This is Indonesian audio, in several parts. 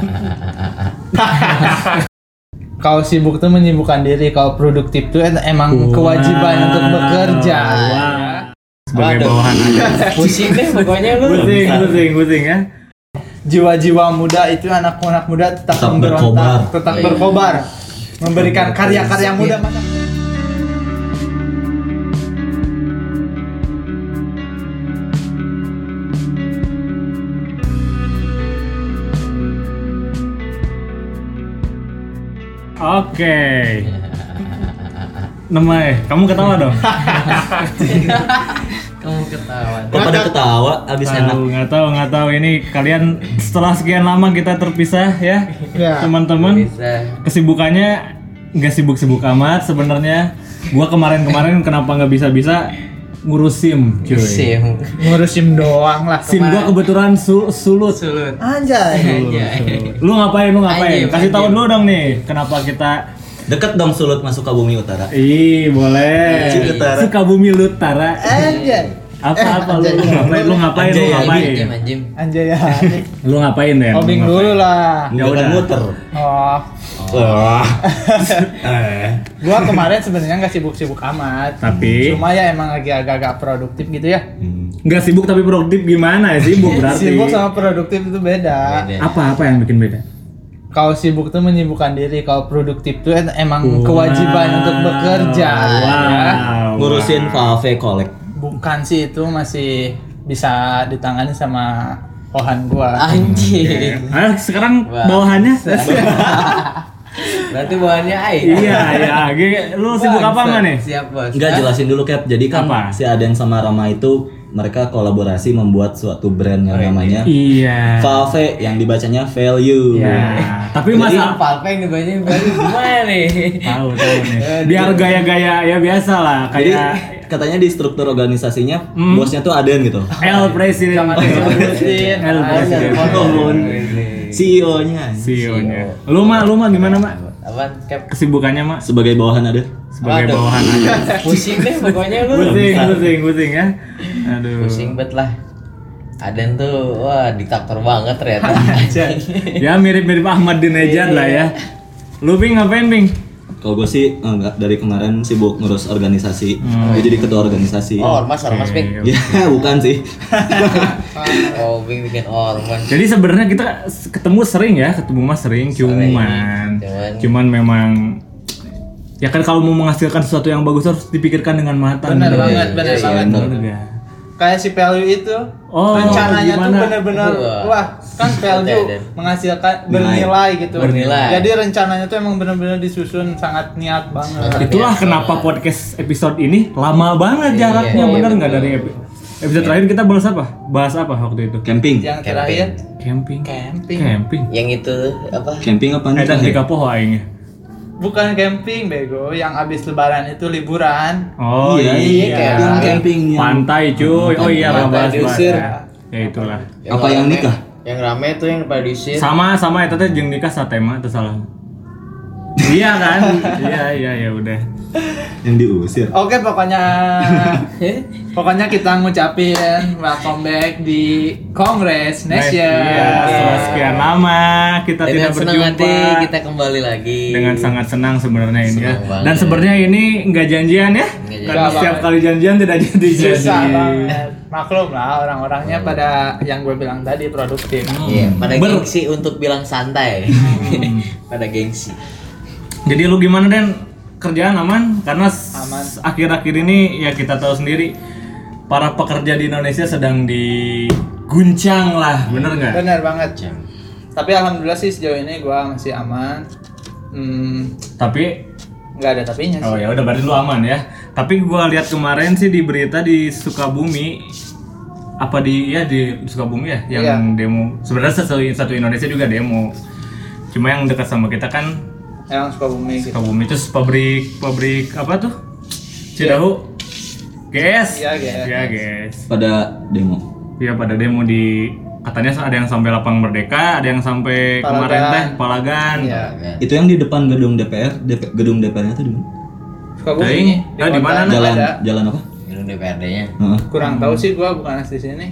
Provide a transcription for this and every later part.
Kalau sibuk tuh menyibukkan diri, kalau produktif tuh emang kewajiban untuk bekerja. Sebagai bawahan aja. Pusing deh pokoknya lu. Pusing ya. Jiwa-jiwa muda itu anak-anak muda tetap memberontak, tetap berkobar, memberikan karya-karya muda. Oke. Namanya, kamu ketawa dong. Kamu ketawa. Kok pada ketawa abis enak? Nggak tahu ini kalian setelah sekian lama kita terpisah ya, Ya. teman-teman. Bisa. Kesibukannya nggak sibuk-sibuk amat sebenarnya. Gua kemarin kenapa nggak bisa ngurus SIM, cuy. Ngurus SIM doang lah. SIM gua kebetulan sulut. Anjay. Lu ngapain? Anjay, Kasih tahu dulu dong nih, kenapa kita Deket dong Sulut masuk Sukabumi Utara. boleh. Utara. Sukabumi Utara. Anjay. Apa lu? Anjay. Lu ngapain? Anjim. Ya. Lu ngapain deh? Obing dulu lah. Ya Jangan udah. muter. Oh, Wah. gua kemarin sebenarnya nggak sibuk-sibuk amat. Tapi Cuma ya emang lagi agak-agak produktif gitu ya. nggak sibuk tapi produktif gimana ya? Sibuk berarti. Sibuk sama produktif itu beda. Apa yang bikin beda? Kalau sibuk tuh menyibukkan diri, kalau produktif tuh emang kewajiban untuk bekerja. Ya. Wow. Ngurusin Valve Collect. Bukan sih, itu masih bisa ditangani sama kohan gua. Anjing. Ayo sekarang Wah. bawahannya. Berarti bawaannya Aing. Iya. Lu sibuk apa nggak nih? Siap, Bos. Enggak, jelasin dulu Cap. Jadi kan Apa? si Aden sama Rama itu mereka kolaborasi membuat suatu brand yang namanya Iya. Valve yang dibacanya value. Ya. Tapi Jadi masa Valve yang dibanyain baru gimana nih? tahu nih. Biar gaya-gaya ya biasa lah Jadi kayak katanya di struktur organisasinya bosnya tuh Aden gitu. El Presiden. Jangan disebutin. El Presiden. CEO-nya. CEO-nya. Lu mah gimana, Mak? Apaan, Cap? Kesibukannya, Mak? Sebagai bawahan Aden. Sebagai Waduh. bawahan aja. Pusing deh pokoknya lu. Pusing ya. Aduh. Pusing bet lah. Aden tuh wah diktator banget ternyata. Ya mirip-mirip Ahmadinejad lah ya. Lu Bing ngapain, Bing? Kalau gue sih enggak, dari kemarin sibuk ngurus organisasi. Gue jadi ketua organisasi. Oh, ormas Bing. Ya, bukan sih. Oh, Bing bikin ormas. Jadi sebenarnya kita ketemu Mas sering, cuman memang ya kan kalau mau menghasilkan sesuatu yang bagus harus dipikirkan dengan matang. Benar gitu. banget, benar Iya, banget. benar. Benar ya. Kayak si value itu, Oh, rencananya tuh gimana? benar-benar Wah. wah, kan value Ada. menghasilkan bernilai gitu. Bernilai. Jadi rencananya tuh emang benar-benar disusun sangat niat banget. Itulah kenapa podcast episode ini lama banget jaraknya, Iya, bener nggak betul. dari episode terakhir kita bahas apa waktu itu? Camping. Yang terakhir Camping. camping. Yang itu apa? Camping apa nih? Dan tiga poho aingnya. Bukan camping bego, yang abis lebaran itu liburan. Oh iya, camping. Pantai cuy. Oh iya, Pantai bahas. diusir. Ya itulah. Apa yang nikah? Yang rame tuh yang pada diusir. Sama itu teh jeung nikah satema teu salah. Iya kan? Iya udah. Yang diusir. Oke, pokoknya kita ngucapin welcome back di Kongres Nation. Iya, setelah sekian lama kita Dengan tidak senang hati berjumpa. kita kembali lagi. Dengan sangat senang sebenarnya ini ya. Senang banget. Dan sebenarnya ini nggak janjian ya. Nggak Karena janjian. setiap kali janjian tidak jadi Susah jadi. banget. Maklum lah orang-orangnya pada yang gue bilang tadi produktif. Iya, pada Ber- gengsi untuk bilang santai. Pada gengsi. Jadi lu gimana Den? Kerjaan aman? Karena Aman. akhir-akhir ini ya kita tahu sendiri para pekerja di Indonesia sedang diguncang lah, bener nggak? Benar banget. Tapi alhamdulillah sih sejauh ini gue masih aman. Tapi Nggak ada tapinya sih. oh ya udah berarti lu aman ya. Tapi gua lihat kemarin sih di berita di Sukabumi di Sukabumi ya yang demo. Sebenarnya satu Indonesia juga demo. Cuma yang dekat sama kita kan Yang Sukabumi gitu. Sukabumi terus pabrik apa tuh? Cidahu. GS. Iya, GS. Ya, GS. Pada demo. Iya, pada demo katanya ada yang sampai Lapang Merdeka, ada yang sampai Palagan. kemarin teh Palagan. Iya. Itu yang di depan gedung DPR, gedung DPR-nya itu di mana? Sukabumi. Di mana? Kota Jalan ada. jalan apa? DPRD-nya. Kurang tahu sih gua, bukan asli sini.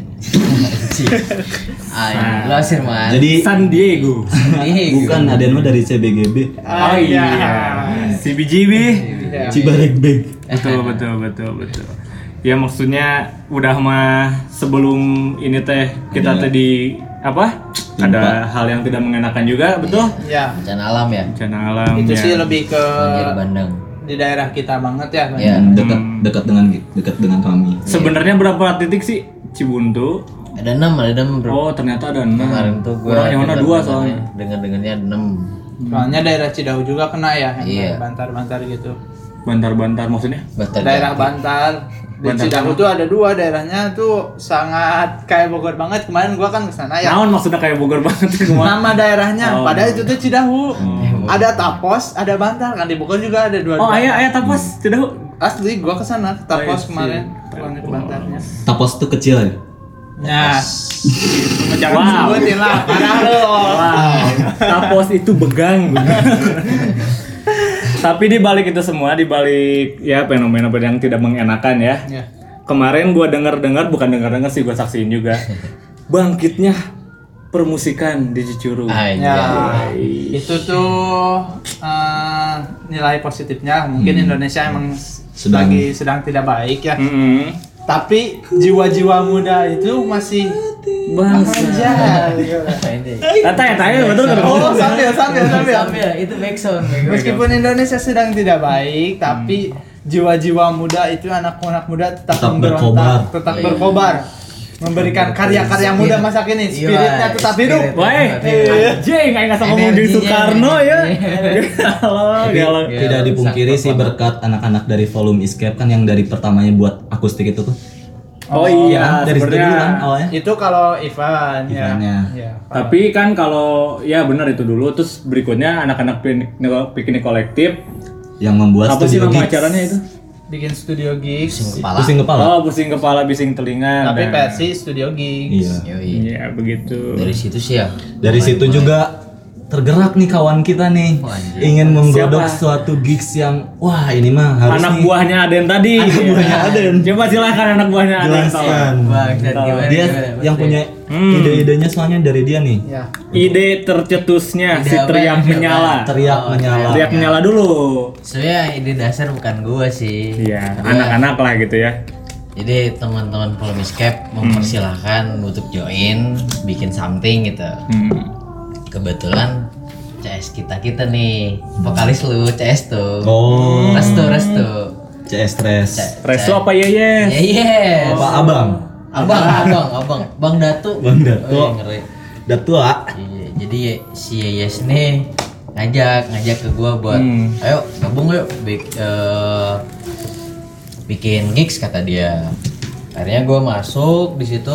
Lo asir mas. Jadi San Diego. bukan Aden mah dari CBGB, Oh iya. CBGB. Iya. Cibaregbeg. Betul. Ya maksudnya udah mah sebelum ini teh kita Ada. tadi apa? Ada hal yang tidak mengenakan juga, betul? Ya, Bencana alam ya. Bencana alam. itu ya. sih lebih ke Banjir bandang. di daerah kita banget ya. Iya. Dekat dengan kami. Sebenarnya berapa titik sih Cibuntu? Ada 6 bro. Oh ternyata ada 6. Kemarin tuh gua Kurang yang mana 2 soalnya. dengarnya 6. Soalnya daerah Cidahu juga kena ya, yang Iya. Bantar-bantar gitu. Bantar-bantar maksudnya? Daerah Bantar. Di Bantar Cidahu tuh ada 2 daerahnya tuh sangat kayak Bogor banget. Kemarin gua kan kesana ya. Naon maksudnya kayak Bogor banget kemana? Nama daerahnya, Oh. padahal itu tuh Cidahu. Ada Tapos, ada Bantar, kan di Bogor juga ada 2. Oh ayah Tapas tidak. Asli gua kesana Tapos Oh, iya, kemarin, sih. bukan ke Bantarnya. Tapos tuh kecil ya. Ya. Jangan Wow. sebutin lah, parah lo. Wow. Tapos itu begang. Tapi di balik itu semua, di balik ya fenomena yang tidak mengenakan ya. Ya. Kemarin gua dengar bukan dengar sih, gua saksiin juga. Bangkitnya permusikan di Cicurug. Ya, itu tuh nilai positifnya. Mungkin Indonesia emang sedang tidak baik ya. Tapi jiwa-jiwa muda itu masih Bangsa. Tanya betul kan? Oh, sambil. Itu backsound. Meskipun Indonesia sedang tidak baik, tapi jiwa-jiwa muda itu anak-anak muda tetap memberontak, tetap berkobar. Memberikan karya-karya muda masa kini, spiritnya tetap hidup. Wah, anjing enggak sama ngomong di Soekarno ya. Galau. Tidak dipungkiri sih berkat anak-anak dari Volume Escape kan yang dari pertamanya buat akustik itu tuh. Oh iya, dari situ dulu kan awalnya. Itu kalau Ivan ya. Ivannya. Ya, Tapi kan kalau ya benar itu dulu, terus berikutnya anak-anak piknik kolektif. Yang membuat Apa sih studio nama gigs. acaranya itu? bikin studio gigs. Pusing kepala. Oh, pusing kepala, bising telinga. Tapi Nah. versi studio gigs. Iya. Iya, begitu. Dari situ sih ya. Dari situ juga tergerak nih kawan kita nih, Oh, anjir. ingin menggodok Siapa? suatu gigs yang wah ini mah harus Anak nih buahnya Aden tadi. Anak buahnya Aden. Coba silakan anak buahnya Aden. jelaskan. Dia yang punya ide-idenya soalnya dari dia nih. Ya. Ide tercetusnya Ide si apa teriak yang menyala. Teriak menyala. Teriak menyala dulu. Sebenarnya ide dasar bukan gua sih. Iya, anak-anak lah gitu ya. Jadi teman-teman Volume Escape mempersilahkan untuk join bikin something gitu. Kebetulan CS kita nih, vokalis lu CS tuh. Oh. Restu. CS Stress. Restu apa Yeyes? Yes. Apa abang? Abang. Bang Datu. Bang Datu. Oh, iya, ngeri. Datua. Iya, jadi si Yes nih ngajak ke gua buat ayo gabung yuk bikin gigs kata dia. Akhirnya gua masuk di situ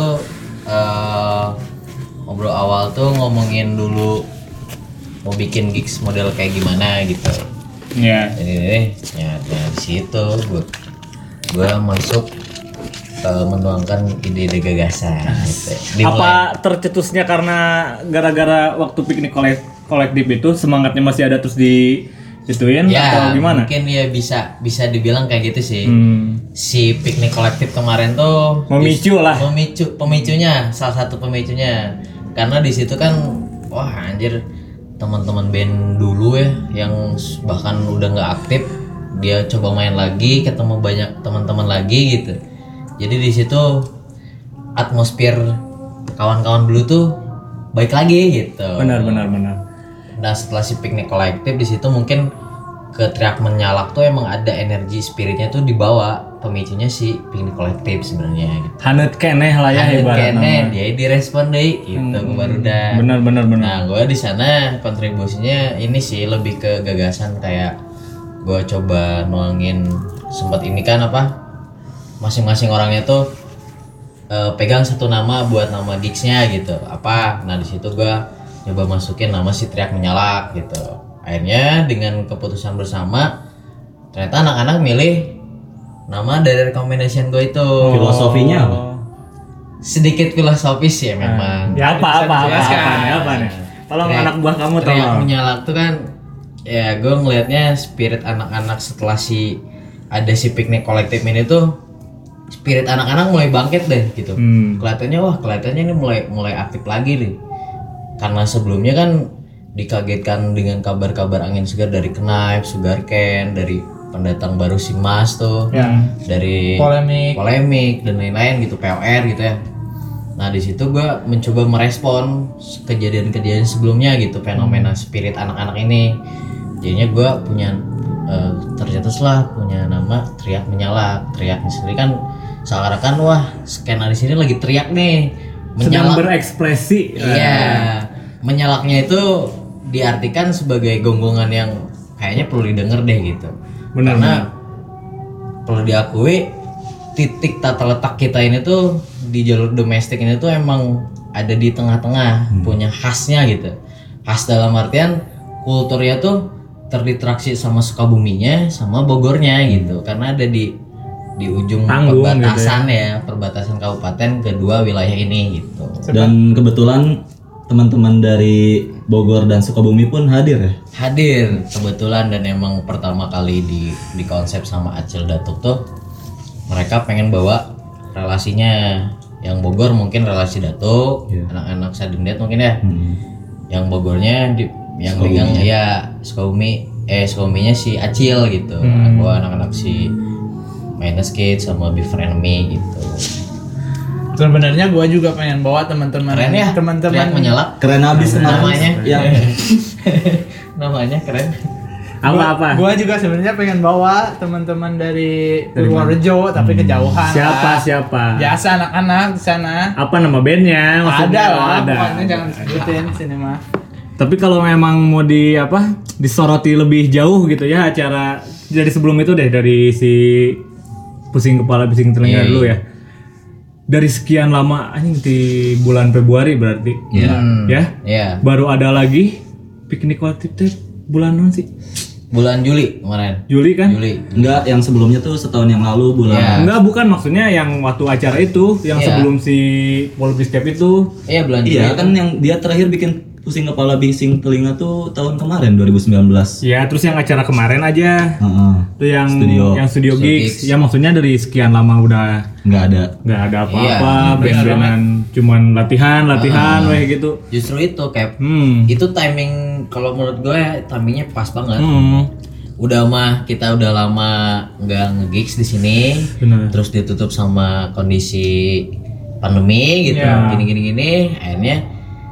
ngobrol awal tuh ngomongin dulu mau bikin gigs model kayak gimana gitu. Iya. Ini di situ gua masuk menuangkan ide-ide gagasan gitu. Apa tercetusnya karena gara-gara waktu piknik kolektif itu semangatnya masih ada terus ituin atau gimana? Mungkin ya bisa dibilang kayak gitu sih. Si piknik kolektif kemarin tuh Memicu lah. Pemicunya, salah satu pemicunya. Karena di situ kan wah anjir teman-teman band dulu ya yang bahkan udah nggak aktif, dia coba main lagi, ketemu banyak teman-teman lagi gitu. Jadi di situ atmosfer kawan-kawan dulu tuh baik lagi gitu. Benar. Nah setelah si piknik kolektif di situ mungkin ke teriak menyalak tuh emang ada energi spiritnya tuh dibawa, pemicunya si piknik kolektif sebenarnya gitu. Hanet keneh lah ya ibaratnya. Dia direspon deh gitu baru dah. Benar. Nah gue di sana kontribusinya ini sih lebih ke gagasan kayak gue coba nuangin sempat ini kan apa masing-masing orangnya tuh pegang satu nama buat nama gigsnya gitu apa. Nah di situ gue coba masukin nama si teriak menyalak gitu. Akhirnya dengan keputusan bersama ternyata anak-anak milih nama dari recommendation gue itu. Filosofinya apa? Sedikit filosofis ya memang. Ya apa nih? Tolong anak buah kamu teriak tolong. menyalak tuh kan ya gue ngelihatnya spirit anak-anak setelah ada si piknik kolektif ini tuh spirit anak-anak mulai bangkit deh gitu. Kelihatannya ini mulai aktif lagi nih. Karena sebelumnya kan dikagetkan dengan kabar-kabar angin segar dari Knife, Sugarcane, dari pendatang baru si Mas tuh, dari polemik dan lain-lain gitu, POR gitu ya. Nah di situ gue mencoba merespon kejadian-kejadian sebelumnya gitu, fenomena spirit anak-anak ini. Jadinya gue punya tercetuslah punya nama Teriak Menyala. Teriaknya sendiri kan seakan-akan wah skena di sini lagi teriak nih, sedang berekspresi. Iya, menyalaknya itu diartikan sebagai gonggongan yang kayaknya perlu didengar deh gitu. Benar. Karena perlu diakui titik tata letak kita ini tuh di jalur domestik ini tuh emang ada di tengah-tengah, punya khasnya gitu. Khas dalam artian kulturnya tuh terdistraksi sama Sukabuminya sama Bogornya gitu. Karena ada di ujung Tanggung perbatasan gitu ya, perbatasan kabupaten kedua wilayah ini gitu. Dan kebetulan teman-teman dari Bogor dan Sukabumi pun hadir ya? Hadir kebetulan, dan emang pertama kali di konsep sama Acil Datuk tuh mereka pengen bawa relasinya. Yang Bogor mungkin relasi Datuk, anak-anak Sadendet mungkin ya. Yang Bogornya yang pegang ya Sukabuminya si Acil gitu. Bawa anak-anak si Minus Kids sama Beaver Enemy gitu. Sebenarnya gue juga pengen bawa teman-teman. Keren ya, teman-teman Teriak Menyala. Keren abis Namanya. Yang Namanya keren. Apa? Gua juga sebenarnya pengen bawa teman-teman dari Purworejo tapi kejauhan. Siapa? Biasa anak-anak di sana. Apa nama bandnya? Ada lah, pokoknya jangan sebutin sini mah. Tapi kalau memang mau disoroti lebih jauh gitu ya acara dari sebelum itu deh, dari si pusing kepala bising telinga dulu ya. Dari sekian lama anjing di bulan Februari berarti. Ya. Baru ada lagi piknik kolektif teh bulan non sih? Bulan Juli kemarin. Juli kan? Juli. enggak, yang sebelumnya tuh setahun yang lalu bulan. Enggak, bukan, maksudnya yang waktu acara itu, yang sebelum si Polpiscap itu. Iya, bulan Juli. Iya kan yang dia terakhir bikin pusing kepala bising telinga tuh tahun kemarin 2019. Ya, terus yang acara kemarin aja. Itu yang studio gigs. Ya maksudnya dari sekian lama udah nggak ada apa-apa, band-bandan cuman latihan weh gitu. Justru itu kayak itu timing, kalau menurut gue timingnya pas banget. Kita udah lama nggak nge-gigs di sini. Bener. Terus ditutup sama kondisi pandemi gitu, gini akhirnya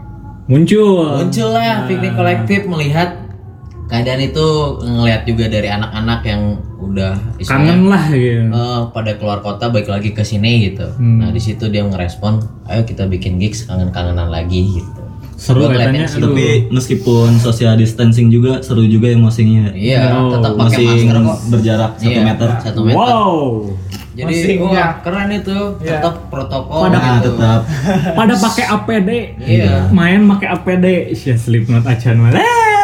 muncullah piknik kolektif, melihat keadaan itu, ngelihat juga dari anak-anak yang udah kangen lah gitu. Pada keluar kota balik lagi ke sini gitu. Nah di situ dia ngerespon, ayo kita bikin gigs kangen-kangenan lagi gitu. Seru katanya. Tapi meskipun social distancing juga seru juga emosinya. Iya, tetap pakai masker kok. Berjarak 1 meter. 1 meter. Wow. Jadi keren itu, tetap protokol. Tetap. Pada pakai APD. Iya. Main pakai APD. Ya Slipknot acan mah.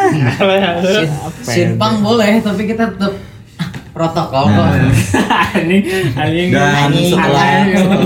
Simpang boleh, tapi kita tetap protokol kok. Anjing. Dan setelah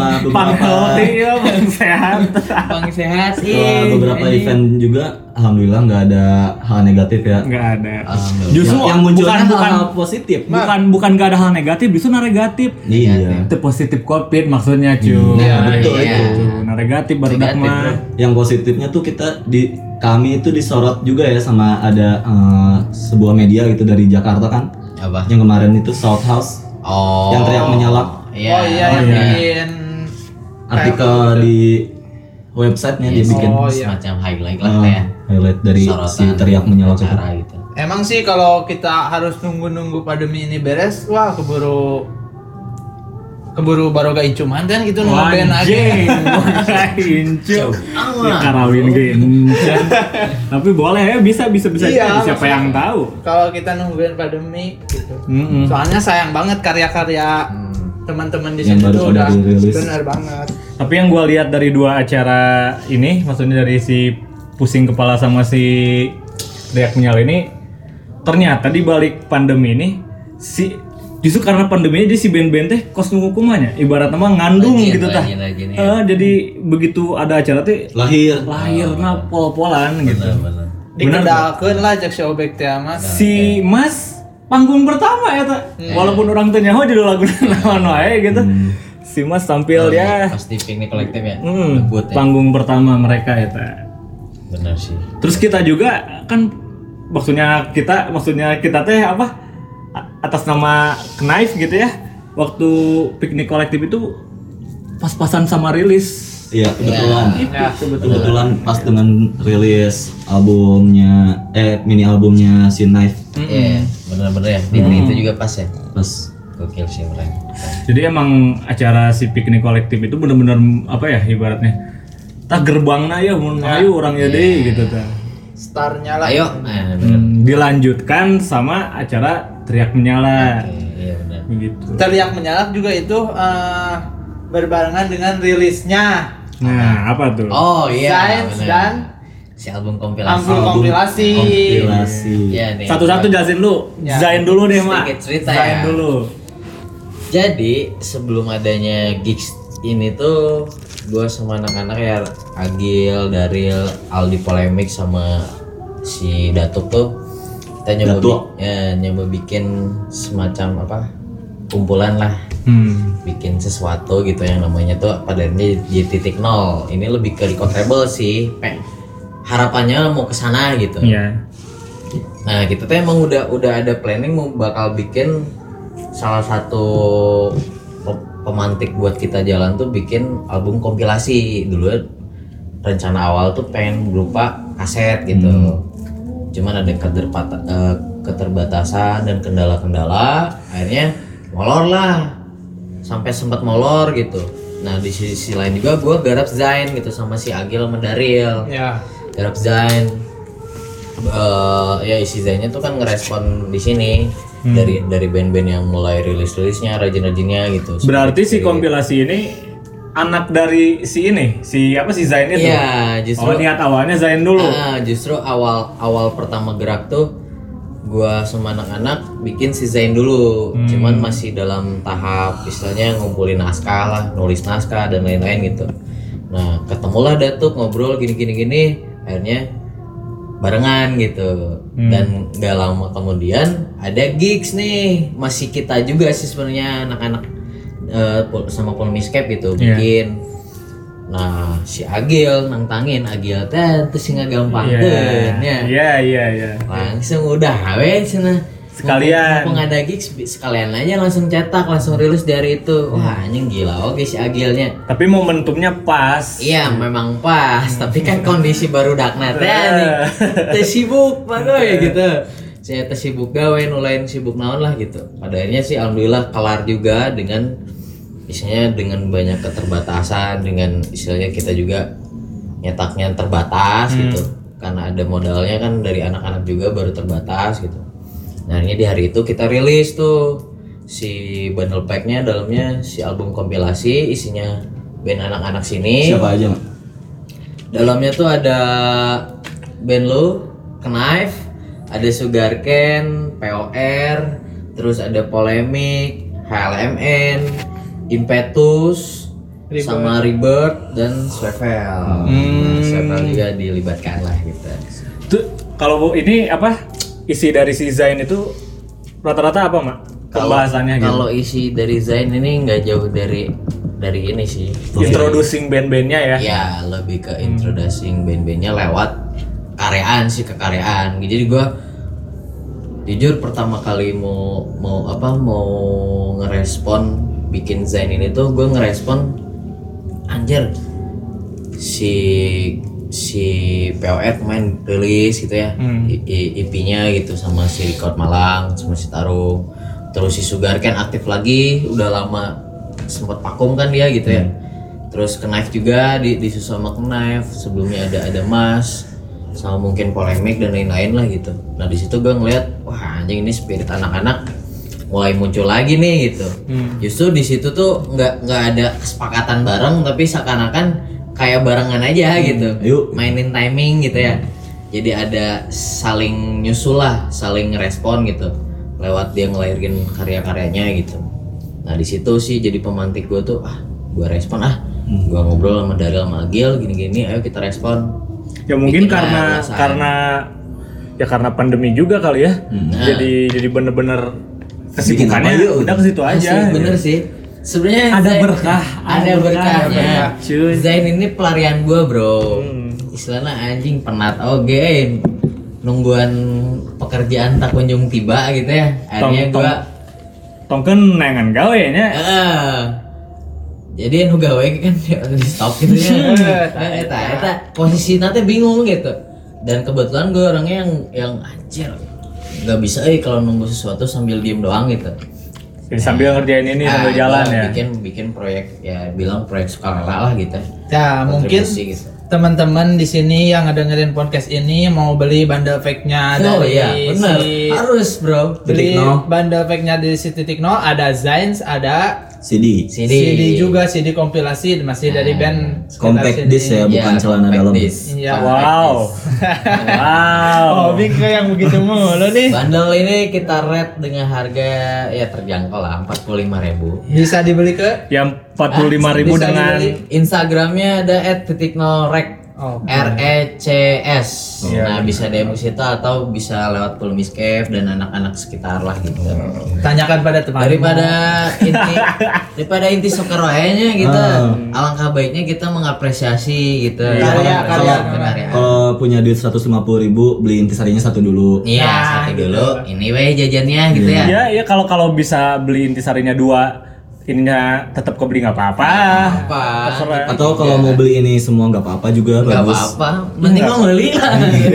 Bang sehat. Bang sehat sih. Setelah beberapa event juga, alhamdulillah nggak ada hal negatif ya. Nggak ada. Justru yang munculnya bukan hal positif. Bukan nggak ada hal negatif, justru negatif. Iya. Itu positif COVID maksudnya cuy. Iya, betul itu. Negatif baru mah. Yang positifnya tuh kami itu disorot juga ya sama ada sebuah media gitu dari Jakarta kan. Apa? Yang kemarin itu South House. Yang teriak menyalak. Yang bikin artikel di websitenya dia bikin semacam highlight lah ya. Highlight dari si teriak menyalak itu. Gitu. Emang sih kalau kita harus nunggu pandemi ini beres, wah keburu baroga incu mantan gitu nungguin aja. Incu. Karawin gencan. Tapi boleh ya, bisa siapa yang tahu. Kalau kita nungguin pandemi gitu. Soalnya sayang banget karya-karya teman-teman di sini tuh udah benar banget. Tapi yang gue lihat dari 2 acara ini, maksudnya dari si pusing kepala sama si Teriak Menyala ini, ternyata di balik pandemi ini justru karena pandemi ini si band-band teh kos nunggu kumanya, ibarat mah ngandung gitu tah. Jadi begitu ada acara teh lahirna pol-polan gitu. Bener. Dikenalkeun lah cek si Obek teh mah. Si Mas panggung pertama ya ta. Walaupun orang teh nyaho judul lagu naon wae gitu. si Mas tampil ya. Pasti Piknik Kolektif ya. Debut ya. Panggung pertama mereka ya. Benar sih. Terus kita juga kan maksudnya kita teh apa? Atas nama Knife gitu ya. Waktu Piknik Kolektif itu pas-pasan sama rilis. Iya, kebetulan. Ya. Kebetulan pas dengan rilis albumnya mini albumnya si Knife. Iya, benar-benar ya. Di itu juga pas ya. Pas Gokil sih mereka. Jadi emang acara si Piknik Kolektif itu benar-benar apa ya ibaratnya? Tah gerbangna ya mun ayo orang ya deh gitu tah. Starnya lah. Ayo. Nah, benar. Dilanjutkan sama acara Teriak Menyala. Iya benar. Gitu. Teriak Menyala juga itu berbarengan dengan rilisnya Nah, apa tuh? Oh iya. Science benar. dan si album kompilasi. album kompilasi. Iya nih. Satu-satu jelasin lu. Ya. Zain dulu deh, Mak. Sedikit cerita Zain ya. dulu. Jadi sebelum adanya gigs ini tuh gue sama anak-anak ya Agil, Daril, Aldi Polemik sama si Datuk tuh kita nyoba bikin semacam apa kumpulan lah, bikin sesuatu gitu yang namanya tuh pada ini J.0. Ini lebih ke recordable sih, harapannya mau kesana gitu. Iya. Nah kita tuh emang udah ada planning mau bakal bikin salah satu pemantik buat kita jalan tuh bikin album kompilasi. Dulu rencana awal tuh pengen berupa kaset gitu, cuman ada keterbatasan dan kendala-kendala, akhirnya molor lah, sampai sempat molor gitu. Nah di sisi lain juga gue garap Zain gitu sama si Agil sama Daril. Ya. Garap Zain, ya isi Zainnya tuh kan ngerespon di sini dari band-band yang mulai rilisnya, rajin-rajinnya gitu. Berarti si kompilasi ini anak dari si Zain itu. Iya, justru niat awalnya Zain dulu. Justru awal pertama gerak tuh gua sama anak-anak bikin si Zain dulu. Cuman masih dalam tahap istilahnya ngumpulin naskah lah, nulis naskah dan lain-lain gitu. Nah, ketemulah Datuk ngobrol gini, akhirnya barengan gitu. Dan gak lama kemudian ada gigs nih, masih kita juga sih sebenarnya anak-anak sama Polmiscape gitu bikin. Nah si Agil nantangin Agil teh terus nggak gampangkeun ya. Iya. Langsung udah we cenah. Sekalian. Mumpung ada gigs sekalian aja langsung cetak, langsung rilis dari itu. Wah anjing gila oke si Agilnya. Tapi momentumnya pas. Iya memang pas, tapi kan kondisi baru dakna teh nih. Teh sibuk bagoy gitu. Saya teh sibuk gawe nulain sibuk naon lah gitu. Pada akhirnya sih alhamdulillah kelar juga dengan istilahnya dengan banyak keterbatasan, dengan istilahnya kita juga nyetaknya terbatas gitu. Karena ada modalnya kan dari anak-anak juga baru terbatas gitu. Nah ini di hari itu kita rilis tuh si bundle packnya, dalamnya si album kompilasi isinya band anak-anak sini. Siapa aja, Mak? Dalamnya tuh ada band lu, Knife, ada Sugarcane, POR, terus ada Polemik, HLMN, Impetus, sama Rebirth dan Swevel. Swevel juga dilibatkan lah gitu. Tuh kalau ini apa? Isi dari si Zain itu rata-rata apa, Mak? Pembahasannya gitu. Kalau isi dari Zain ini nggak jauh dari ini sih. Introducing band-bandnya ya. Ya lebih ke introducing band-bandnya lewat kekaryaan. Jadi gue jujur pertama kali mau ngerespon bikin Zain ini tuh gue ngerespon anjir si POR main rilis gitu ya, EP-nya gitu sama si Record Malang sama si Tarung, terus si Sugarcane aktif lagi udah lama sempat vakum kan dia gitu ya, terus Knife juga disusul sama Knife, sebelumnya ada Mas sama mungkin Polemik dan lain-lain lah gitu. Nah di situ gue ngeliat wah anjing ini spirit anak-anak mulai muncul lagi nih gitu. Justru di situ tuh nggak ada kesepakatan bareng tapi seakan-akan kayak barengan aja gitu. Mainin timing gitu ya. Jadi ada saling nyusul lah, saling ngerespon gitu. Lewat dia ngelahirin karya-karyanya gitu. Nah di situ sih jadi pemantik gue tuh gue respon gue ngobrol sama Daryl sama Agil gini-gini, ayo kita respon. Ya mungkin karena pandemi juga kali ya. Jadi bener-bener kesibukannya udah ke situ aja. Bener sih. Sebenarnya Ada Zain- berkah, ada berkahnya. cuy. Zain ini pelarian gua, Bro. Istilahnya anjing penat oge nungguan pekerjaan tak kunjung tiba gitu ya. Akhirnya Tong- gua Tongken nengan gawe nya. jadi nu gawe kan di stop gitu ya. Eta posisi nanti bingung gitu. Dan kebetulan gue orangnya yang anjir nggak bisa kalau nunggu sesuatu sambil diem doang gitu. Jadi sambil ngerjain ini sambil jalan gua ya. bikin proyek ya bilang proyek sukarela lah gitu. Ya, mungkin Kontribusi gitu. teman-teman di sini yang ngedengerin podcast ini mau beli bundle pack-nya Oh dari iya, benar. Harus Bro. beli Titik Nol. bundle pack-nya di si Titik Nol, ada Zains, ada CD. CD juga, CD kompilasi masih dari band sekitar Compact sini. disc ya, bukan celana compact dalam. disc. Iya. Compact Wow. disc. Wow. Oh, Bingke yang begitu mulu nih. Bundle ini kita rate dengan harga ya terjangkau lah 45.000. Bisa dibeli ke Yang 45.000 Bisa dengan dibeli. Instagramnya ada @titiknolrek. Oh. RECS. Iya. Nah, bisa DM kita atau bisa lewat Pulmis Cave dan anak-anak sekitar lah gitu. Tanyakan pada teman. Daripada inti sokeroyanya gitu. Alangkah baiknya kita mengapresiasi gitu. Karya. Kalau punya duit 150.000 beli intisarinya satu dulu. Iya, satu dulu. Ini weh jajannya gitu ya. ya kalau bisa beli intisarinya 2 ininya tetap kebeli nggak apa-apa. Apa? Terserah. Atau kalau mau beli ini semua nggak apa-apa juga Nggak bagus. apa-apa, mending mau beli lah.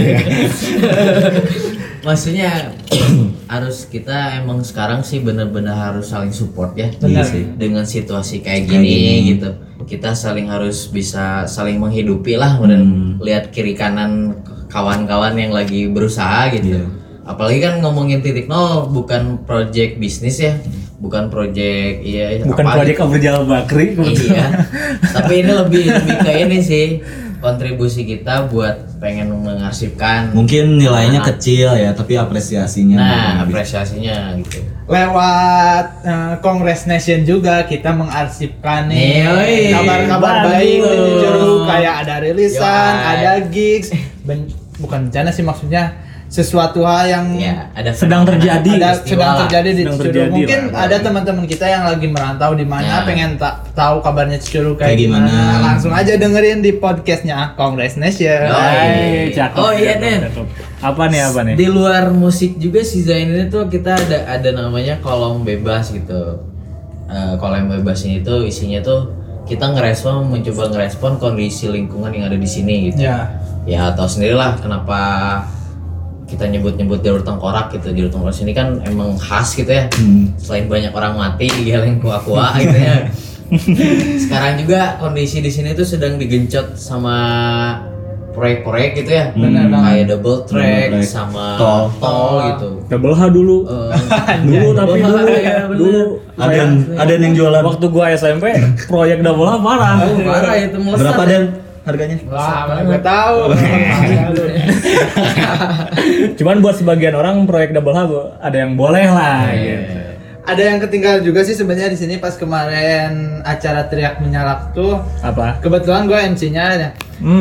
Maksudnya harus kita emang sekarang sih bener-bener harus saling support ya. Benar. Iya sih. Dengan situasi kayak gini gitu, kita saling harus bisa saling menghidupi lah dan lihat kiri kanan kawan-kawan yang lagi berusaha gitu. Iya. Apalagi kan ngomongin Titik Nol bukan project bisnis ya, bukan project Bukan proyek Abu Jalal Bakri. Iya. Tapi ini lebih ke ini sih, kontribusi kita buat pengen mengarsipkan. Mungkin nilainya kecil ya, tapi apresiasinya. Nah, lebih. apresiasinya gitu. Lewat Kongres Nation juga kita mengarsipkan nih Yoi. kabar-kabar baik Bagus. dari Curug, kayak ada rilisan, Yoi. ada gigs, bukan bencana sih maksudnya sesuatu hal yang Ya, ada Sedang fenomena, terjadi. ada sedang festival lah. terjadi di Sedang Curug. terjadi Mungkin lah. ada teman-teman kita yang lagi merantau di mana Ya. pengen tahu kabarnya Curug Kayak kayak gimana. Langsung aja dengerin di podcastnya Kongres Nation. Yoi. Hai, cakep. Oh iya, cakep, Den. cakep. Apa nih? Di luar musik juga si Zain ini tuh kita ada namanya kolom bebas gitu. Kolom bebas ini tuh isinya tuh kita mencoba ngerespon kondisi lingkungan yang ada di sini gitu. Ya. Ya tahu sendirilah kenapa kita nyebut-nyebut jalur tengkorak gitu. Jalur tengkorak sini kan emang khas gitu ya. Selain banyak orang mati digeleng kuah-kuah gitu ya. Sekarang juga kondisi di sini tuh sedang digencot sama proyek-proyek gitu ya. Kayak double track sama tol gitu. Double H dulu. Dulu tapi Double H, dulu ya, bener. dulu Ada yang jualan. waktu gua SMP proyek Double H parah. Parah itu melesat. Berapa Dan harganya? Wah, mana gue tahu. Cuman buat sebagian orang proyek Double H ada yang boleh lah gitu. Ada yang ketinggalan juga sih sebenarnya di sini pas kemarin acara teriak menyalak tuh. Apa? Kebetulan gue MC-nya ya.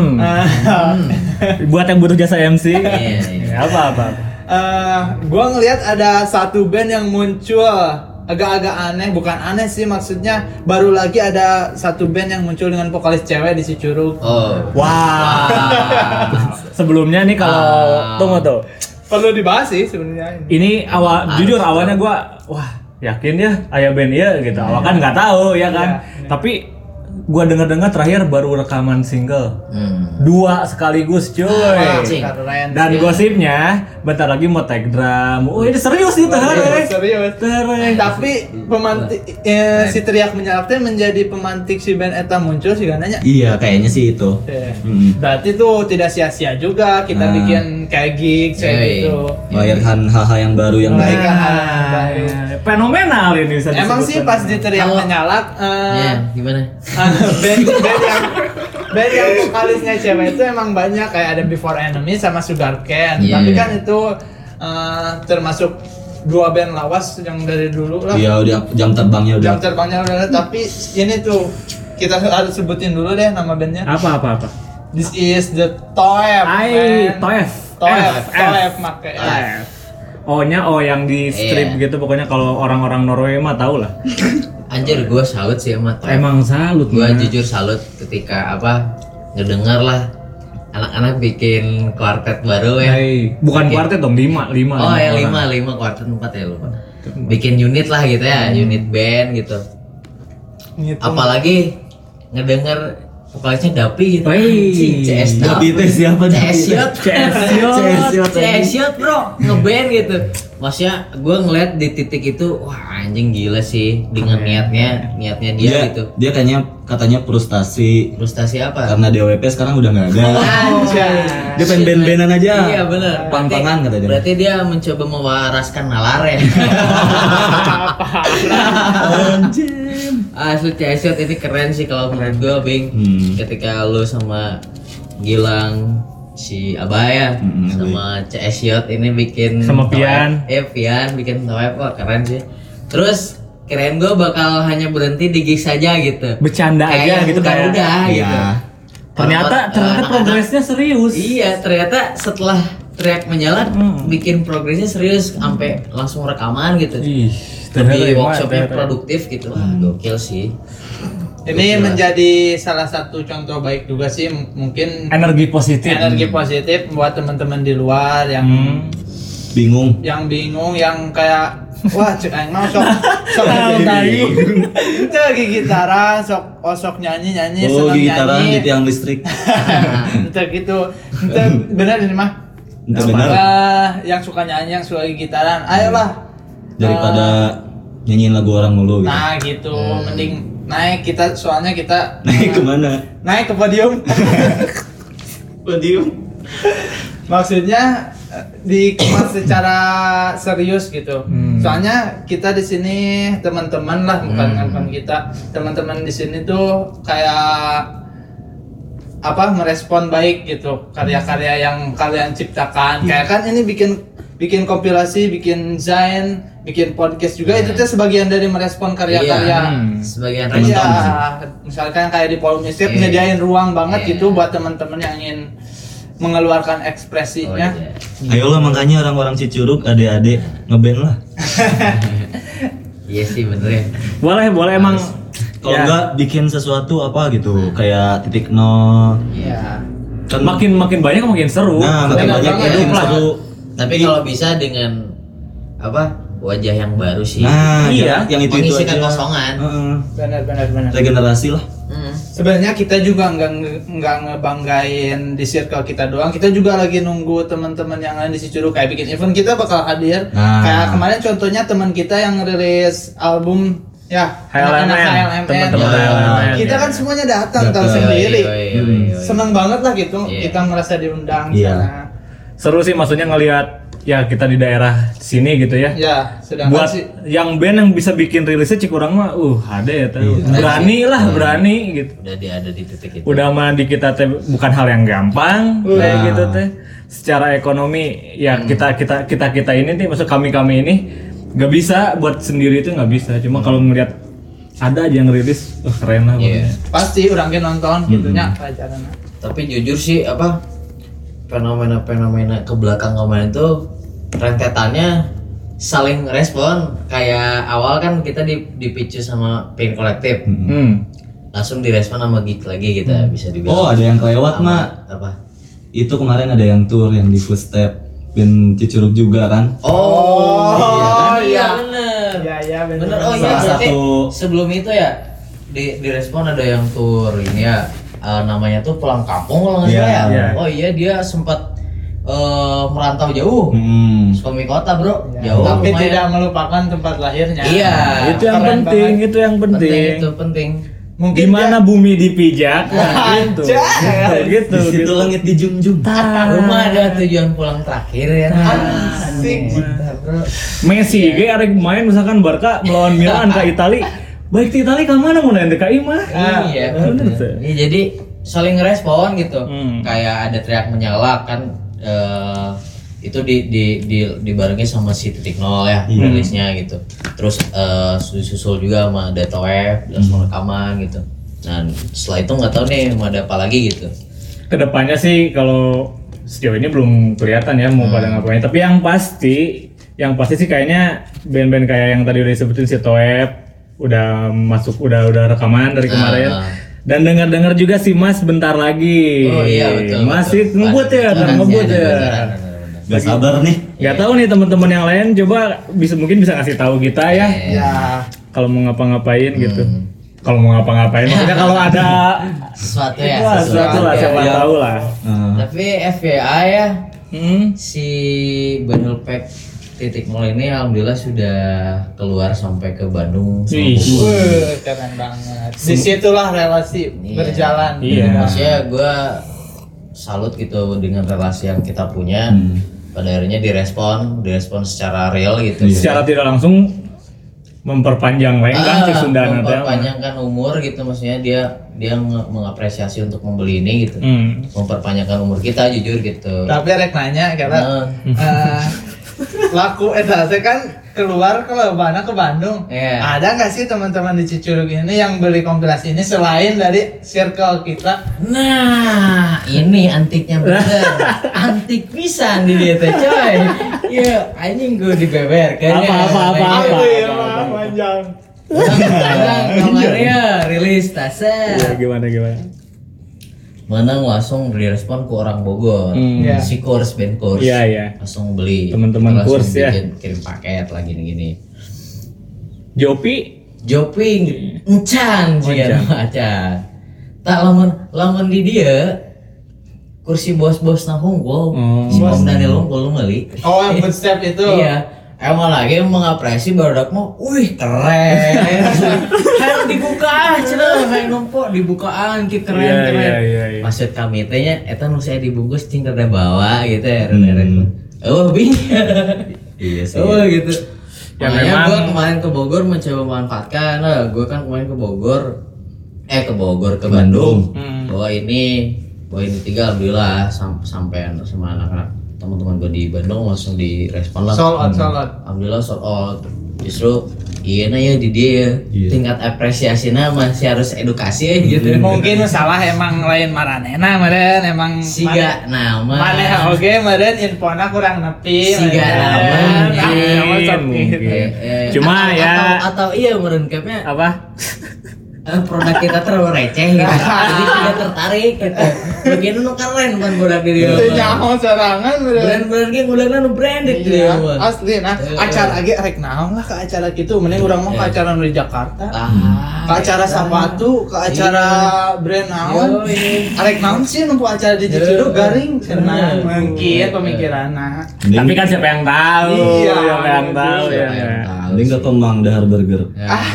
Buat yang butuh jasa MC. Iya. Ya, apa. Gue ngelihat ada satu band yang muncul agak-agak aneh, bukan aneh sih maksudnya baru lagi ada satu band yang muncul dengan vokalis cewek di si Curug. Oh. Wah. Sebelumnya nih kalau tunggu tuh. Perlu dibahas sih sebenarnya. Ini jujur awalnya gua wah yakin ya aya band ya gitu. Awal kan nggak tahu ya kan. Tapi gua dengar terakhir baru rekaman single. 2 sekaligus cuy. Keren. Dan gosipnya bentar lagi mau take drum. Oh ini serius nih Serius. Tapi pemantik si teriak menyalak teh menjadi pemantik si band eta muncul sih kan nanya. Iya, kayaknya sih itu. Berarti tuh tidak sia-sia juga kita bikin kayak gigs kayak Yoi. gitu. Melahirkan hal-hal yang baru yang baik. Melahirkan hal yang baru. Fenomenal ini bisa Emang sih disebut pas fenomenal. di teriak Kalau- menyalak Ya, gimana? band yang vokalisnya cewek itu emang banyak kayak ada Before Enemy sama Sugar Cane. Iya. Tapi kan itu termasuk 2 band lawas yang dari dulu lah. Iya, udah jam terbangnya udah. Jam terbangnya udah ada, tapi ini tuh kita harus sebutin dulu deh nama bandnya. Apa. This is the Toef. Toef. Toef make O-nya O yang di strip gitu pokoknya kalau orang-orang Norway mah tahu lah. Anjir, gue salut sih sama Toep. Emang salut. Gue jujur salut ketika ngedenger lah anak-anak bikin kuartet baru ya. Bukan kuartet dong, 5 Oh ya 5 kuartet 4 ya lupa. Bikin unit lah gitu ya, unit band gitu. Gitu. Apalagi ngedenger vokalisnya Dapi gitu. CS Dapi teh siapa? CS bro, ngeband gitu. Maksudnya gue ngeliat di titik itu, wah anjing gila sih dengan niatnya dia gitu. Dia katanya frustasi apa? karena DWP sekarang udah nggak ada. Dia pengen band-bandan aja. Iya benar. Pang-pangan kata dia. Berarti dia mencoba mewaraskan nalar ya. Asli CS ini keren sih kalau menurut gue, Bing. Ketika lu sama Gilang, si Abaya sama CS ini bikin sama Pian. Pian bikin Toep, wah keren sih. Terus keren gue bakal hanya berhenti di gigs saja gitu. Bercanda aja gitu kayak. Udah gitu. Ternyata progresnya serius. Iya, ternyata setelah track menjalan bikin progresnya serius sampai langsung rekaman gitu. Lebih workshopnya produktif gitu. Wah, gokil sih. Ini menjadi salah satu contoh baik juga sih, mungkin energi positif buat teman-teman di luar yang bingung, yang kayak wah cek aing mah sok tayu itu lagi gitaran sok nyanyi senang gitaran nyanyi di tiang listrik. itu gitu itu benar ini mah yang suka nyanyi yang suka gitaran ayolah daripada nyanyiin lagu orang mulu gitu. Nah gitu mending naik soalnya kita naik kemana? Naik ke podium. Maksudnya dikemas secara serius gitu. Soalnya kita di sini teman-teman lah, bukan kita. Teman-teman di sini tuh kayak merespon baik gitu karya-karya yang kalian ciptakan. Kayak kan ini bikin kompilasi, bikin zain, bikin podcast juga itu tuh sebagian dari merespon karya-karya. Sebagian respon. Misalkan kayak di Volume Step nyediain ruang banget gitu buat teman-teman yang ingin mengeluarkan ekspresinya. Ayolah makanya orang-orang Cicurug adik-adik ngeband lah. Iya sih bener ya. Boleh emang. Kalau enggak bikin sesuatu gitu kayak titik nol. Iya. Kan makin banyak makin seru. Nah, makin banyak makin seru. Tapi kalau bisa dengan wajah yang baru sih. Nah, yang itu mengisi aja. kekosongan. Benar. Regenerasi lah. Sebenarnya kita juga nggak ngebanggain di circle kita doang. Kita juga lagi nunggu teman-teman yang lain di Cicurug kayak bikin event kita bakal hadir. Kayak kemarin contohnya teman kita yang rilis album HLMN. Kita kan semuanya datang tahu sendiri. Seneng banget lah gitu. Kita merasa diundang. Seru sih maksudnya ngelihat kita di daerah sini gitu ya. Ya, sedangkan buat yang band yang bisa bikin rilisnya Cikurang mah ada ya tahu. Berani gitu. Udah ada di titik itu. Udah mah di kita teh bukan hal yang gampang kayak gitu teh. Secara ekonomi kita ini nih maksud kami ini nggak bisa buat sendiri itu nggak bisa. Cuma kalau ngelihat ada aja yang rilis, keren lah pokoknya. Pasti orang nonton gitunya pelajaran. Tapi jujur sih fenomena ke belakang kemarin tuh rentetannya saling respon. Kayak awal kan kita dipicu sama Pain Collective, langsung direspon sama Geek lagi kita bisa dibilang. Ada yang kelewat mak. Apa? Itu kemarin ada yang tour yang di Footstep band Cicurug juga kan? Iya bener. Oh iya berarti sebelum itu ya direspon ada yang tour ini ya. Namanya tuh Pulang Kampung kalau nggak salah ya. Oh iya dia sempat merantau jauh, Sukabumi kota bro, jauh. Tapi lumayan. tidak melupakan tempat lahirnya. Iya. Itu yang penting, banget. itu yang penting. Itu penting. Mungkin di mana bumi dipijak, gitu. Gitu. Di situ langit dijunjung. Rumah ada tujuan pulang terakhir ya. Asik. Messi, arek main misalkan Barca melawan Milan ke Itali. Baik di Itali kemana mau nanti ke Ima? Iya. Jadi saling ngerespon gitu. Kayak ada teriak menyala kan. Itu dibarengi sama si Titik Nol ya rilisnya gitu. Terus susul juga sama Data Web langsung rekaman gitu. Dan setelah itu nggak tahu nih mau ada apa lagi gitu. Kedepannya sih kalau sejauh ini belum kelihatan ya mau pada ngapain. Tapi yang pasti sih kayaknya band-band kayak yang tadi udah disebutin si Toep, udah rekaman dari kemarin. Dan dengar juga si Mas bentar lagi. Oh iya betul. Masih ngebut ya, ngebut ya. Gak sabar nih. Gak tahu nih teman-teman yang lain coba mungkin bisa kasih tahu kita ya. Ya. Kalau mau ngapa-ngapain gitu. Kalau mau ngapa-ngapain maksudnya kalau ada sesuatu ya. sesuatu lah siapa tahu lah. Tapi FYI ya. Si Bandul Pack titik nol ini alhamdulillah sudah keluar sampai ke Bandung. Keren banget. Disitulah relasi berjalan. Iya. Maksudnya gue salut gitu dengan relasi yang kita punya. Pada akhirnya direspon secara real gitu. Secara tidak langsung memperpanjang lengkang si Sundana memperpanjangkan umur gitu, maksudnya dia mengapresiasi untuk membeli ini gitu. Memperpanjangkan umur kita jujur gitu. Tapi rek nanya karena laku eta teh kan keluar ke Lebana ke Bandung. Iya. Ada nggak sih teman-teman di Cicurug ini yang beli kompilasi ini selain dari circle kita? Nah, ini antiknya bener. Antik pisan di dia teh coy. Iya, anjing gue dibeber kan. Apa. Panjang. Kemarin rilis tasa. Ya, gimana? Menang langsung direspon ke orang Bogor. Si kurs band kurs. Iya. Langsung beli. Teman-teman Langsung kurs ya. kirim paket lah gini. Jopi encan juga macan. Tak lamun di dia kursi bos-bos nah Hongkong. Si Om Daniel Hongkong meuli. Oh, yang footstep itu. Iya. Emang lagi mengapresiasi barudak mau, wih keren. Hayang dibuka cenah, hayang numpuk dibukaan ki keren. Iya. Maksud kami teh nya eta nu saya dibungkus cing rada bawa gitu ya. Oh, iya sih. Oh gitu. Ya Makanya memang gua kemarin ke Bogor mencoba memanfaatkan. Gua kan kemarin ke Bogor, ke Bandung. Bawa ini 3 alhamdulillah sampai sama anak-anak teman-teman gue di Bandung langsung direspon lah. Sold out. Alhamdulillah sold out. Justru iya ya di dia tingkat apresiasinya masih harus edukasi ya gitu. Mungkin salah emang lain maranena meren emang siga nama. Maneh oge meren infona kurang nepi. Siga nama. Mungkin. Cuma ya atau iya meren capnya apa? Produk kita terlalu receh gitu. Jadi tidak tertarik gitu. Begini nu keren kan produk diri. Itu nyaho sorangan brand-brand ge ngudangna nu branded dia mah. Asli nah acara ge rek naon lah ke acara kitu mending urang mah ke acara di Jakarta. Ke acara sepatu, ke acara brand naon. Rek naon sih nu acara di Cicurug garing cenah mungkin pemikiranna. Tapi kan siapa yang tahu? Siapa yang tahu ya. Mending ke Kemang Dahar Burger.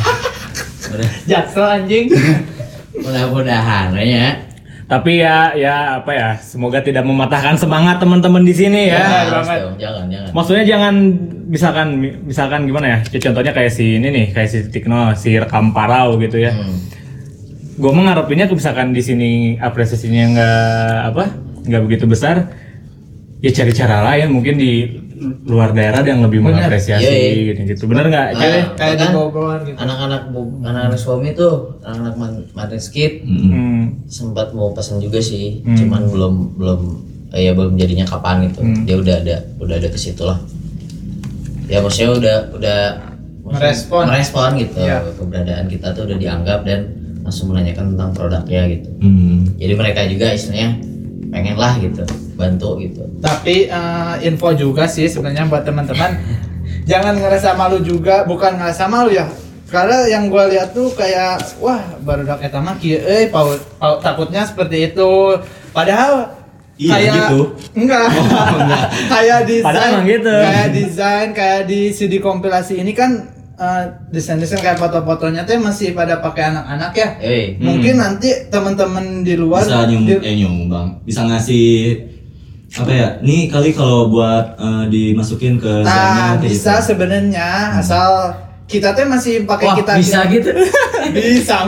Jaksel anjing. Mudah-mudahan ya. Tapi ya apa ya, semoga tidak mematahkan semangat teman-teman di sini ya. Jangan. Maksudnya jangan misalkan gimana ya? Contohnya kayak si ini nih, kayak si Tikno, si Rekam Parau gitu ya. Gue mengharapinnya misalkan di sini apresiasinya nggak begitu besar, ya cari cara lain mungkin di luar daerah yang lebih mengapresiasi gitu. Bener nggak? Kayak di Bogor gitu. Anak-anak suami tuh, anak-anak Martin Skid sempat mau pesan juga sih, cuman belum jadinya kapan gitu. Dia udah ada ke situ lah. Ya maksudnya udah merespon gitu. Keberadaan kita tuh udah dianggap dan langsung menanyakan tentang produknya gitu. Jadi mereka juga istilahnya pengen lah gitu, bantu gitu. Tapi info juga sih sebenarnya buat teman-teman jangan ngerasa malu juga, bukan ngerasa malu ya. Karena yang gue lihat tuh kayak wah barudak eta mah kieu takutnya seperti itu. Padahal kayak gitu. Enggak. Kayak desain gitu. Kayak di CD kompilasi ini kan desain-desain kayak foto-fotonya tuh masih pada pakai anak-anak ya. Mungkin nanti teman-teman di luar bisa nyumbang, bisa ngasih apa ya? Nih kali kalau buat dimasukin ke bisa gitu. Sebenarnya asal kita tuh masih pakai kita bisa gitu. Bisa.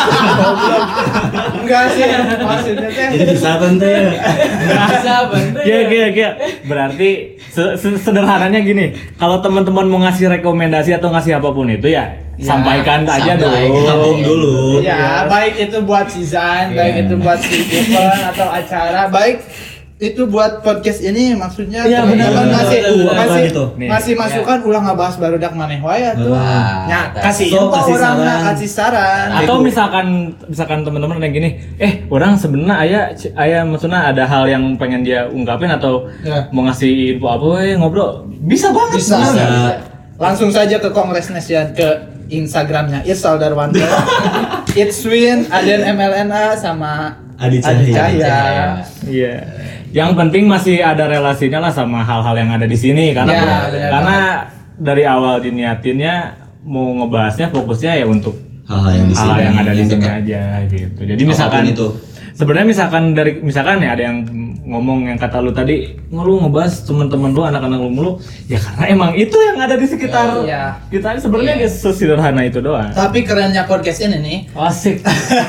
Enggak sih maksudnya teh. Jadi bisa bentar. Bisa bentar. Ya. Berarti sederhananya gini, kalau teman-teman mau ngasih rekomendasi atau ngasih apapun itu ya sampaikan aja dulu. Tabung dulu. Ya, baik itu buat season, baik itu buat event atau acara, baik itu buat podcast ini maksudnya Iya, teman-teman benar. masih gitu. masih masukan ulah ngebahas barudak maneh wae atuh. Wah, Ya, tak. kasih So, info kasih orang saran. kasih saran. Atau misalkan teman-teman ada yang gini, orang sebenarnya aya maksudnya ada hal yang pengen dia ungkapin atau Ya. mau ngasih info apa ngobrol, bisa banget. Bisa. sebenarnya. Langsung saja ke Kongres Nation ke Instagramnya Irsaldar Wonder, Itswin, Aden MLNA sama Adi Adi Cahya. Cahya. Iya. Yang penting masih ada relasinya lah sama hal-hal yang ada di sini Ya, benar karena dari awal diniatinnya mau ngebahasnya fokusnya ya untuk Hal-hal yang di sini. hal yang ada di Yang sini dekat. aja gitu. Jadi Apapun misalkan itu. sebenarnya misalkan ya ada yang ngomong yang kata lu tadi lu ngebahas teman-teman lu anak-anak lu mulu ya karena emang itu yang ada di sekitar Iya. kita sebenarnya sesederhana itu doang. Tapi kerennya podcast ini nih, Asik.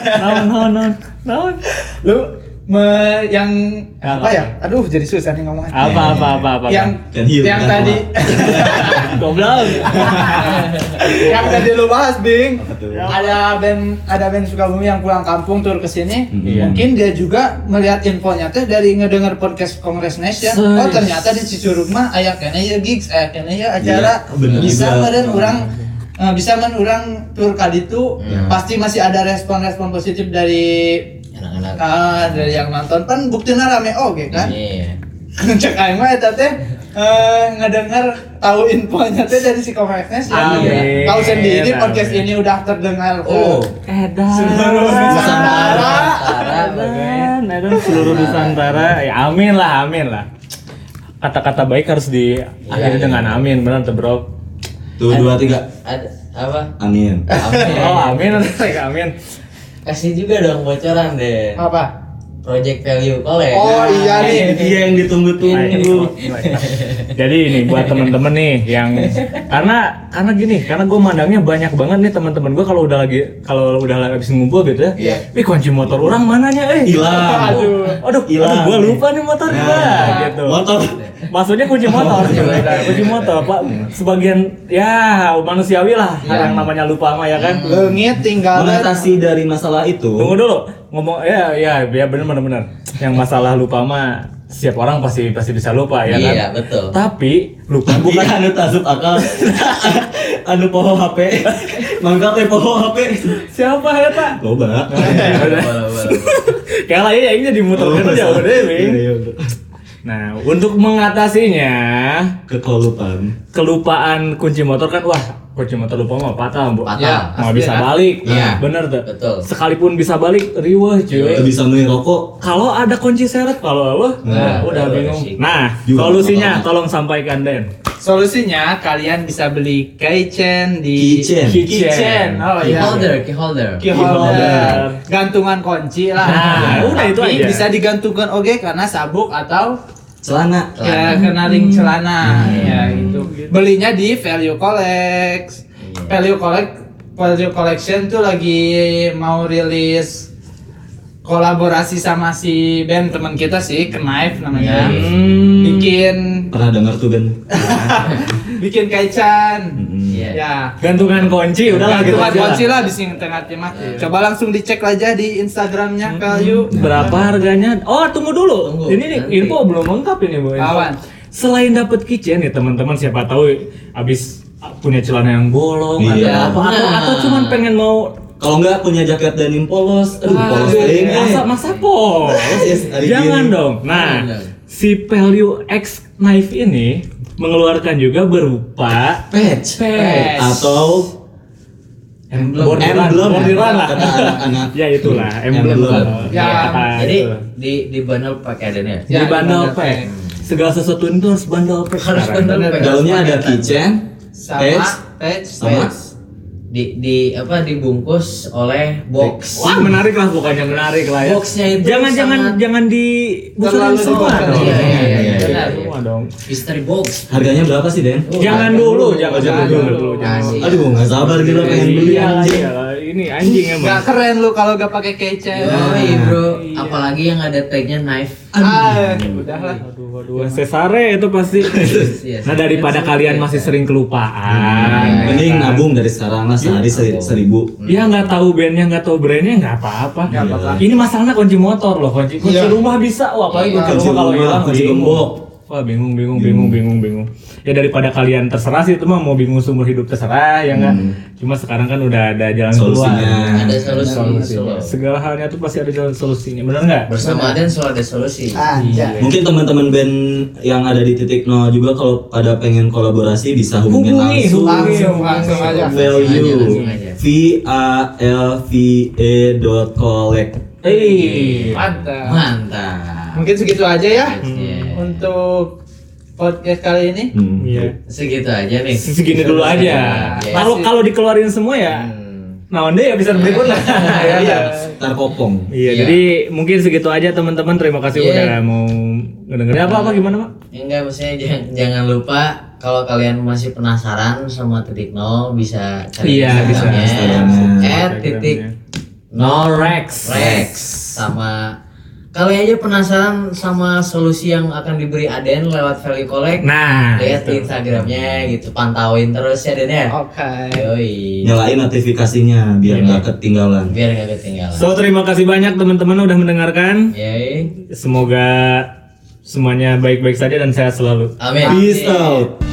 Naon. lu yang apa ya? Aduh, jadi susah nih ngomongnya. Apa. Yang Kan hiu, yang kan tadi Goblok. yang tadi lu bahas, Bing. tuh? Ada band Sukabumi yang pulang kampung tur ke sini. Iya. Mungkin dia juga melihat infonya tuh dari ngedenger podcast Kongres Nation. Oh, ternyata di Cicurug mah aya keneh ya gigs, aya keneh ya acara. Iya, bener Bisa juga. meureun bisa urang tur kali itu pasti masih ada respon-respon positif dari Anak-anak. dari yang nonton kan buktinya rame oke kan. Iya. Cek aing mah eta teh ngedengar tahu infonya teh dari si Kongres Nation. Amin. Tahu sendiri Amin. podcast ini udah terdengar ke Oh. seluruh Nusantara. Edan seluruh Nusantara. Ya amin lah. Kata-kata baik harus diakhiri dengan amin, benar tuh, Bro. Tuh 2 3. Ada apa? Amin. Amin. Oh, amin. Amin. Kasih juga dong bocoran deh. Apa? Project Value Collect. Oh iya nih. Dia yang ditunggu-tunggu. Jadi ini buat temen-temen nih yang karena gini, karena gue mandangnya banyak banget nih teman-teman gue kalau udah habis ngumpul gitu ya. Iya. Kunci motor orang mananya Hilang. Aduh, Hilang. gue lupa nih motor gitu. Motor. Maksudnya kunci motor. Kunci motor, Pak. Sebagian ya manusiawi lah yang namanya lupa mah ya kan. Leungit tinggal Mengatasi dari masalah itu. Tunggu dulu, ngomong ya benar. Yang masalah lupa mah setiap orang pasti bisa lupa ya kan. Iya, betul. Tapi lupa Bukan bukan anu tasuk akal. Anu poho HP. Mangga teh poho HP. siapa ya Pak? Loba. Kayak lah ya ini jadi muter gitu ya udah Bing. Iya. Nah, untuk mengatasinya kelupaan kunci motor kan kunci motor lupa mah patah, Bu. Patah. Nggak Pasti bisa ya. balik. Iya. Bener tuh. Betul. Sekalipun bisa balik, riweuh cuy. Itu bisa beli rokok. Kalau ada kunci seret, kalau apa? Nah, udah betul, bingung. sih. Nah, Juga solusinya motornya. tolong sampaikan Den. Solusinya kalian bisa beli keychain di Keychain. Oh Key iya. holder. Key Key holder. holder. Gantungan kunci lah. Nah, udah itu Tapi aja. bisa digantungkan oke karena sabuk atau Celana. kena ring celana. Iya. Ya itu. Belinya di Value Collect. Value Collection tuh lagi mau rilis kolaborasi sama si band teman kita sih, Knife namanya. Bikin Pernah dengar tuh kan? bikin kaican. Iya. Ya. Gantungan kunci udahlah gitu Gantungan aja. kunci lah di sini tengah mah. Coba langsung dicek aja di Instagramnya Value. Berapa harganya? Oh, tunggu dulu. Tunggu, Ini nih nanti. info belum lengkap ini, Bu. Info. Awan. Selain dapat keychain nih teman-teman, siapa tahu abis punya celana yang bolong Iya. atau cuman pengen mau Kalau enggak punya jaket denim polos, polos teuing. masa polos. Yes, hari Jangan gini. dong. Nah, Jangan. si Value X Knife ini mengeluarkan juga berupa Patch. Patch. Atau bordiran lah. kata anak-anak. Ya itulah emblem. Emblem. Ya, kata Jadi itu. di bundle pakai adanya. di Ya, bundle di bundle pack. pack. Segala sesuatu itu harus bundle pack. Harus sekarang. bundle pack. Dalamnya ada keychain, Sama patch, patch. sama Dibungkus oleh box. Wah, menarik lah pokoknya menarik lah ya. Boxnya itu jangan sangat- dibocorin Terlalu semua dibocorin. dong. Iya, benar. Semua dong. Mystery box. harganya berapa sih, Den? Jangan dulu, jangan dulu. Kasih. Aduh, nggak sabar gila pengen beli Iya, anjing. iya, ini anjing emang. Gak keren lu kalau gak pakai keychain. Yoi, bro. Iya. apalagi yang ada tagnya knife. Udahlah. Waduh, sesare itu pasti. Nah daripada kalian masih sering kelupaan, Mending nabung dari sekarang lah sehari 1.000. ya nggak tahu bandnya, nggak tahu brandnya, nggak apa-apa. Ini masalahnya kunci motor loh, kunci rumah bisa, wah apalagi kunci rumah kalau hilang kunci gembok. Wah bingung. Ya daripada kalian terserah sih itu mah, mau bingung seumur hidup terserah ya nggak. Cuma sekarang kan udah ada jalan keluar. Ada solusi. Segala halnya tuh pasti ada jalan solusinya, benar nggak? Bersama Aden selalu ada solusi. Mungkin teman-teman band yang ada di titik nol juga kalau ada pengen kolaborasi bisa hubungin langsung aja. value Langsung aja. valve.collect. Mantap. Mungkin segitu aja ya Iya. untuk podcast kali ini. Iya. Segitu aja nih. Segini dulu aja. Iya. Kalau dikeluarin semua ya, nah deh episode berikutnya. Iya. Ntar kopong. Iya, jadi mungkin segitu aja teman-teman. Terima kasih udah mau ngedengerin apa gimana, Mak? Ya enggak, maksudnya jangan lupa kalau kalian masih penasaran sama titik nol bisa cari Iya, bisa. Instagramnya @titik nol Rex. sama kali aja penasaran sama solusi yang akan diberi Aden lewat Value Collect. Nah, Lihat di Instagramnya gitu, pantauin terus ya Den ya. Oke. Yoi. Nyalain notifikasinya biar nggak ketinggalan. Biar nggak ketinggalan. So terima kasih banyak teman-teman udah mendengarkan. Yoi. Semoga semuanya baik-baik saja dan sehat selalu. Amin. Peace out.